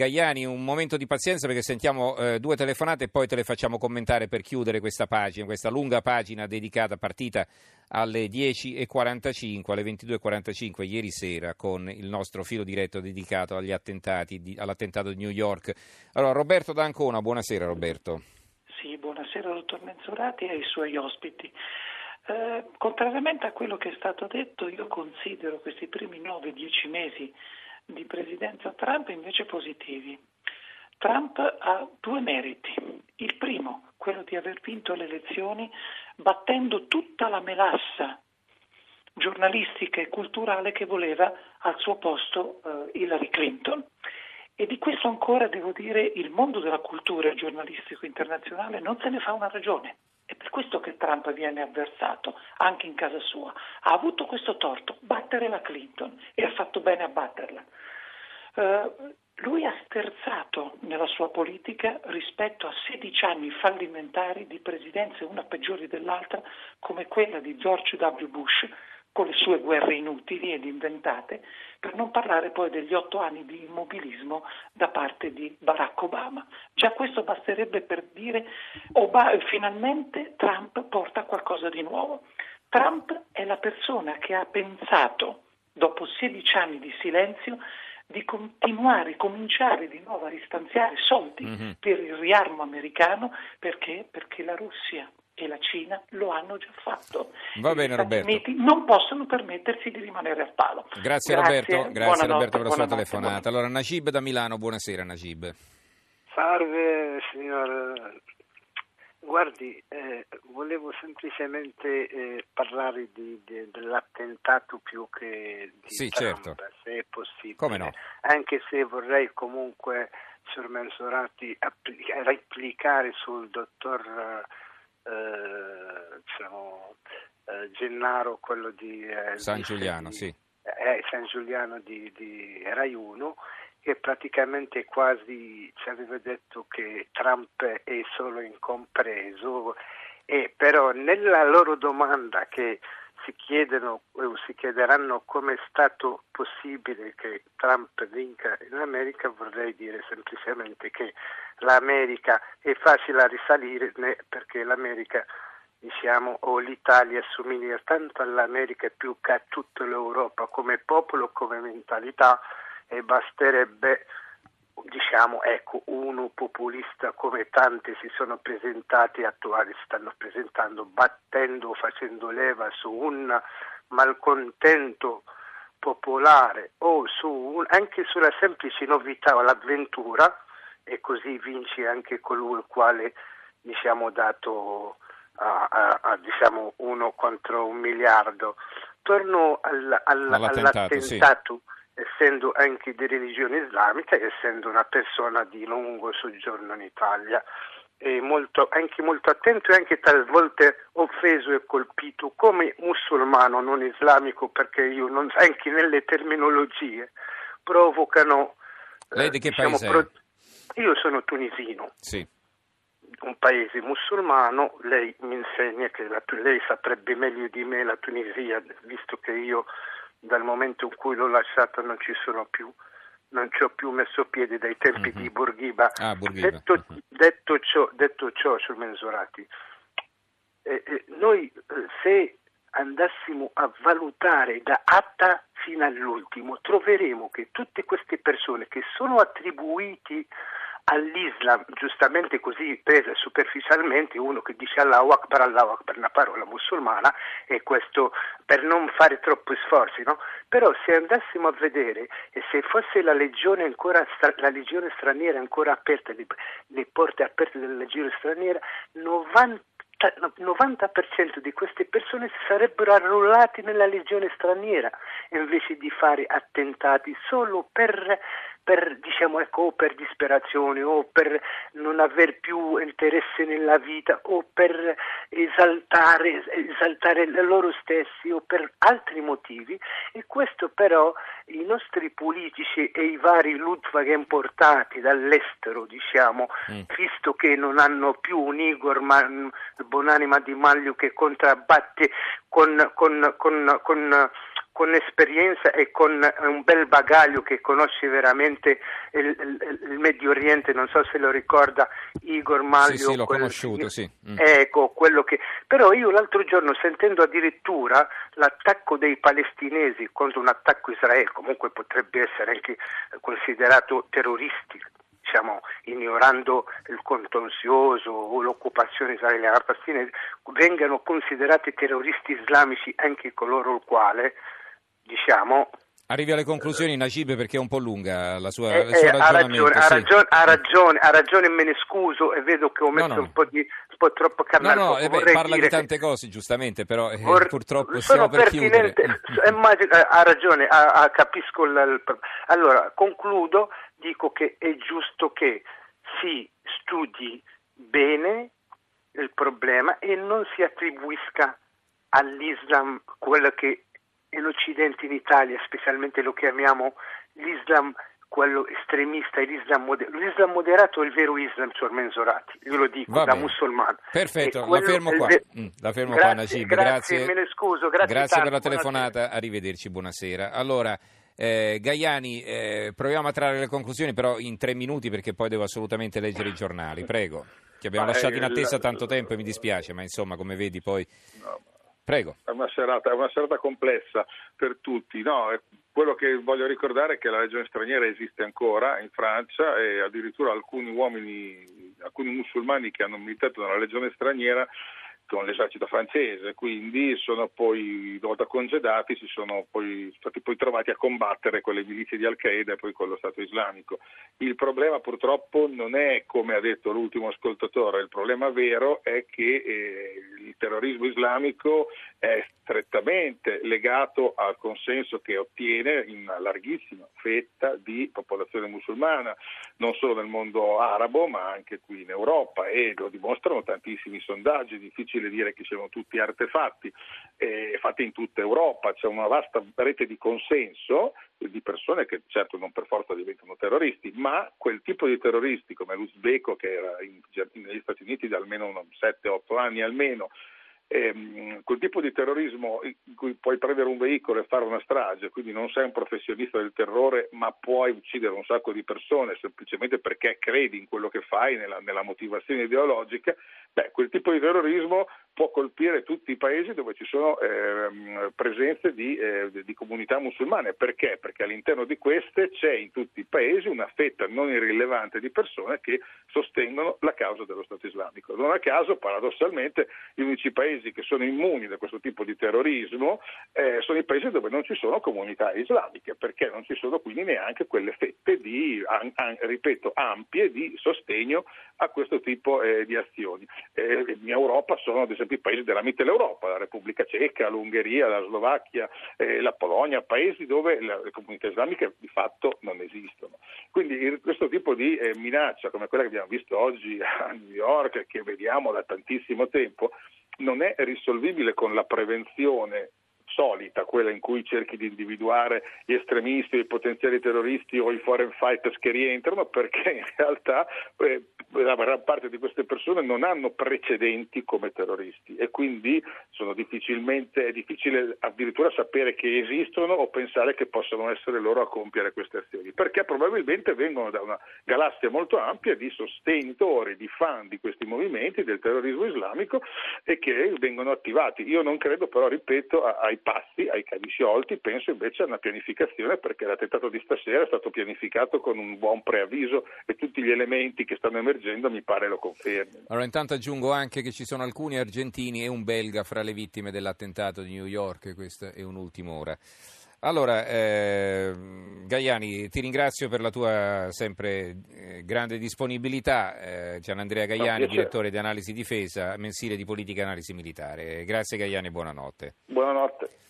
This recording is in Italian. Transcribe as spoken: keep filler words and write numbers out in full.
Gaiani, un momento di pazienza perché sentiamo eh, due telefonate e poi te le facciamo commentare per chiudere questa pagina, questa lunga pagina dedicata, partita alle dieci e quarantacinque, alle ventidue e quarantacinque ieri sera con il nostro filo diretto dedicato agli attentati, di, all'attentato di New York. Allora, Roberto D'Ancona, buonasera Roberto. Sì, buonasera dottor Mensurati e ai suoi ospiti. Eh, contrariamente a quello che è stato detto, io considero questi primi nove dieci mesi di presidenza Trump invece positivi. Trump ha due meriti. Il primo, quello di aver vinto le elezioni battendo tutta la melassa giornalistica e culturale che voleva al suo posto eh, Hillary Clinton. E di questo ancora, devo dire, il mondo della cultura giornalistico internazionale non se ne fa una ragione. È per questo che Trump viene avversato, anche in casa sua. Ha avuto questo torto, battere la Clinton, e ha fatto bene a batterla. Uh, lui ha sterzato nella sua politica rispetto a sedici anni fallimentari di presidenze, una peggiore dell'altra, come quella di George W. Bush, con le sue guerre inutili ed inventate, per non parlare poi degli otto anni di immobilismo da parte di Barack Obama. Già questo basterebbe per dire Obama, finalmente Trump porta qualcosa di nuovo. Trump è la persona che ha pensato, dopo sedici anni di silenzio, di continuare, cominciare di nuovo a ristanziare soldi mm-hmm. per il riarmo americano, perché? Perché la Russia e la Cina lo hanno già fatto. Va bene, Gli Stati Roberto. Uniti non possono permettersi di rimanere al palo. Grazie, Grazie Roberto, grazie Roberto per la sua telefonata. Buonanotte. Allora, Najib da Milano, buonasera Najib. Salve signor, guardi, eh, volevo semplicemente eh, parlare di, di, dell'attentato più che di sì, Trump, certo. se è possibile. Come no? Anche se vorrei comunque, signor Mensurati, applica- replicare sul dottor eh, diciamo, eh, Gennaro, quello di eh, San di, Giuliano, di, sì. Eh, San Giuliano di, di Rai uno, che praticamente quasi ci aveva detto che Trump è solo incompreso, e però nella loro domanda che si chiedono o si chiederanno come è stato possibile che Trump vinca in America, vorrei dire semplicemente che l'America è facile a risalire perché l'America, diciamo, o l'Italia assomiglia tanto all'America più che a tutta l'Europa come popolo, come mentalità, e basterebbe, diciamo, ecco, uno populista come tanti si sono presentati, attuali si stanno presentando, battendo, facendo leva su un malcontento popolare o su un, anche sulla semplice novità o l'avventura, e così vince anche colui il quale, diciamo, dato a, a, a diciamo uno contro un miliardo. Torno al, al, all'attentato, all'attentato sì. Essendo anche di religione islamica, essendo una persona di lungo soggiorno in Italia, e molto, anche molto attento e anche talvolta offeso e colpito come musulmano non islamico, perché io non, anche nelle terminologie provocano. Lei di che eh, diciamo, paese pro... è? Io sono tunisino. Sì. Un paese musulmano. Lei mi insegna che la, lei saprebbe meglio di me la Tunisia, visto che io dal momento in cui l'ho lasciata non ci sono più, non ci ho più messo piede dai tempi mm-hmm. di Bourguiba. Ah, Bourguiba. Detto, Mm-hmm. detto ciò, detto ciò, sul Mensurati, eh, eh, noi eh, se andassimo a valutare da atta fino all'ultimo, troveremo che tutte queste persone che sono attribuiti all'Islam, giustamente così presa superficialmente, uno che dice Allahu Akbar, Allahu Akbar, una parola musulmana, e questo per non fare troppi sforzi, no? Però se andassimo a vedere, e se fosse la legione ancora la legione straniera ancora aperta, le, le porte aperte della legione straniera, novanta novanta per cento di queste persone si sarebbero arruolati nella legione straniera invece di fare attentati solo per per diciamo ecco o per disperazione o per non aver più interesse nella vita o per esaltare esaltare loro stessi o per altri motivi. E questo però i nostri politici e i vari Luftwaffe importati dall'estero, diciamo, mm. visto che non hanno più un Igor Man, Bonanima Di Maglio che contrabbatte con con con con con esperienza e con un bel bagaglio, che conosce veramente il, il, il Medio Oriente, non so se lo ricorda Igor Malio. Sì, sì, l'ho quel, conosciuto, sì. Mm. Ecco, quello che... Però io l'altro giorno, sentendo addirittura l'attacco dei palestinesi contro un attacco a Israele, comunque potrebbe essere anche considerato terroristico, diciamo, ignorando il contenzioso o l'occupazione israeliana palestinese, vengano considerati terroristi islamici anche coloro il quale, diciamo... Arrivi alle conclusioni, Najib, perché è un po' lunga la sua, eh, il suo eh, ha ragionamento. ragione, sì. ha ragione, ha ragione, ha ragione, me ne scuso e vedo che ho messo No, no. un po' di un po' troppo carne No, al no, fuoco. eh beh, Vorrei parla dire di tante che... cose, giustamente, però eh, Vor... purtroppo sono stiamo per chiudere. pertinente, immagino, ha ragione, ha, ha, capisco il, il... Allora, concludo, dico che è giusto che si studi bene il problema e non si attribuisca all'Islam quello che l'Occidente in Italia specialmente lo chiamiamo l'Islam, quello estremista, e l'Islam moderato. L'Islam moderato è il vero Islam, signor Menzorati, io lo dico Va da bene. musulmano. Perfetto, la fermo qua, ver... mm, la fermo grazie, qua Najib, grazie, grazie, me ne scuso, grazie, grazie tanto, per la telefonata, buonasera. arrivederci, buonasera. Allora, eh, Gaiani, eh, proviamo a trarre le conclusioni, però in tre minuti, perché poi devo assolutamente leggere i giornali, prego, che abbiamo Ma lasciato è in attesa il- tanto tempo e mi dispiace, ma insomma, come vedi poi... No, Prego. È una serata, è una serata complessa per tutti. No, è- quello che voglio ricordare è che la legione straniera esiste ancora in Francia e addirittura alcuni uomini, alcuni musulmani che hanno militato nella legione straniera con l'esercito francese, quindi sono poi, una volta congedati, si sono poi stati poi trovati a combattere con le milizie di Al-Qaeda e poi con lo Stato islamico. Il problema purtroppo non è, come ha detto l'ultimo ascoltatore, il problema vero è che eh, il terrorismo islamico è strettamente legato al consenso che ottiene in una larghissima fetta di popolazione musulmana, non solo nel mondo arabo ma anche qui in Europa, e lo dimostrano tantissimi sondaggi. È difficile dire che siano tutti artefatti eh, fatti in tutta Europa. C'è una vasta rete di consenso di persone che certo non per forza diventano terroristi, ma quel tipo di terroristi come l'uzbeko, che era in, negli Stati Uniti da almeno sette otto anni almeno, Ehm, quel tipo di terrorismo in cui puoi prendere un veicolo e fare una strage, quindi non sei un professionista del terrore ma puoi uccidere un sacco di persone semplicemente perché credi in quello che fai, nella, nella motivazione ideologica, beh, quel tipo di terrorismo può colpire tutti i paesi dove ci sono eh, presenze di, eh, di comunità musulmane. Perché? Perché all'interno di queste c'è in tutti i paesi una fetta non irrilevante di persone che sostengono la causa dello Stato islamico. Non a caso, paradossalmente, gli unici paesi che sono immuni da questo tipo di terrorismo eh, sono i paesi dove non ci sono comunità islamiche, perché non ci sono quindi neanche quelle fette di, an, an, ripeto, ampie di sostegno a questo tipo eh, di azioni. Eh, in Europa sono ad esempio i paesi della Mitteleuropa, la Repubblica Ceca, l'Ungheria, la Slovacchia, eh, la Polonia, paesi dove le, le comunità islamiche di fatto non esistono. Quindi il, questo tipo di eh, minaccia come quella che abbiamo visto oggi a New York, che vediamo da tantissimo tempo, non è risolvibile con la prevenzione solita, quella in cui cerchi di individuare gli estremisti, i potenziali terroristi o i foreign fighters che rientrano, perché in realtà eh, la gran parte di queste persone non hanno precedenti come terroristi e quindi sono difficilmente, è difficile addirittura sapere che esistono o pensare che possano essere loro a compiere queste azioni, perché probabilmente vengono da una galassia molto ampia di sostenitori, di fan di questi movimenti del terrorismo islamico e che vengono attivati. Io non credo però, ripeto, ai passi, ai cavi sciolti, penso invece a una pianificazione, perché l'attentato di stasera è stato pianificato con un buon preavviso e tutti gli elementi che stanno emergendo mi pare lo confermino. Allora intanto aggiungo anche che ci sono alcuni argentini e un belga fra le vittime dell'attentato di New York, questa è un'ultima ora. Allora, eh, Gaiani, ti ringrazio per la tua sempre eh, grande disponibilità. Eh, Gianandrea Gaiani, no, direttore di Analisi Difesa, mensile di Politica e Analisi Militare. Grazie Gaiani, buonanotte. Buonanotte.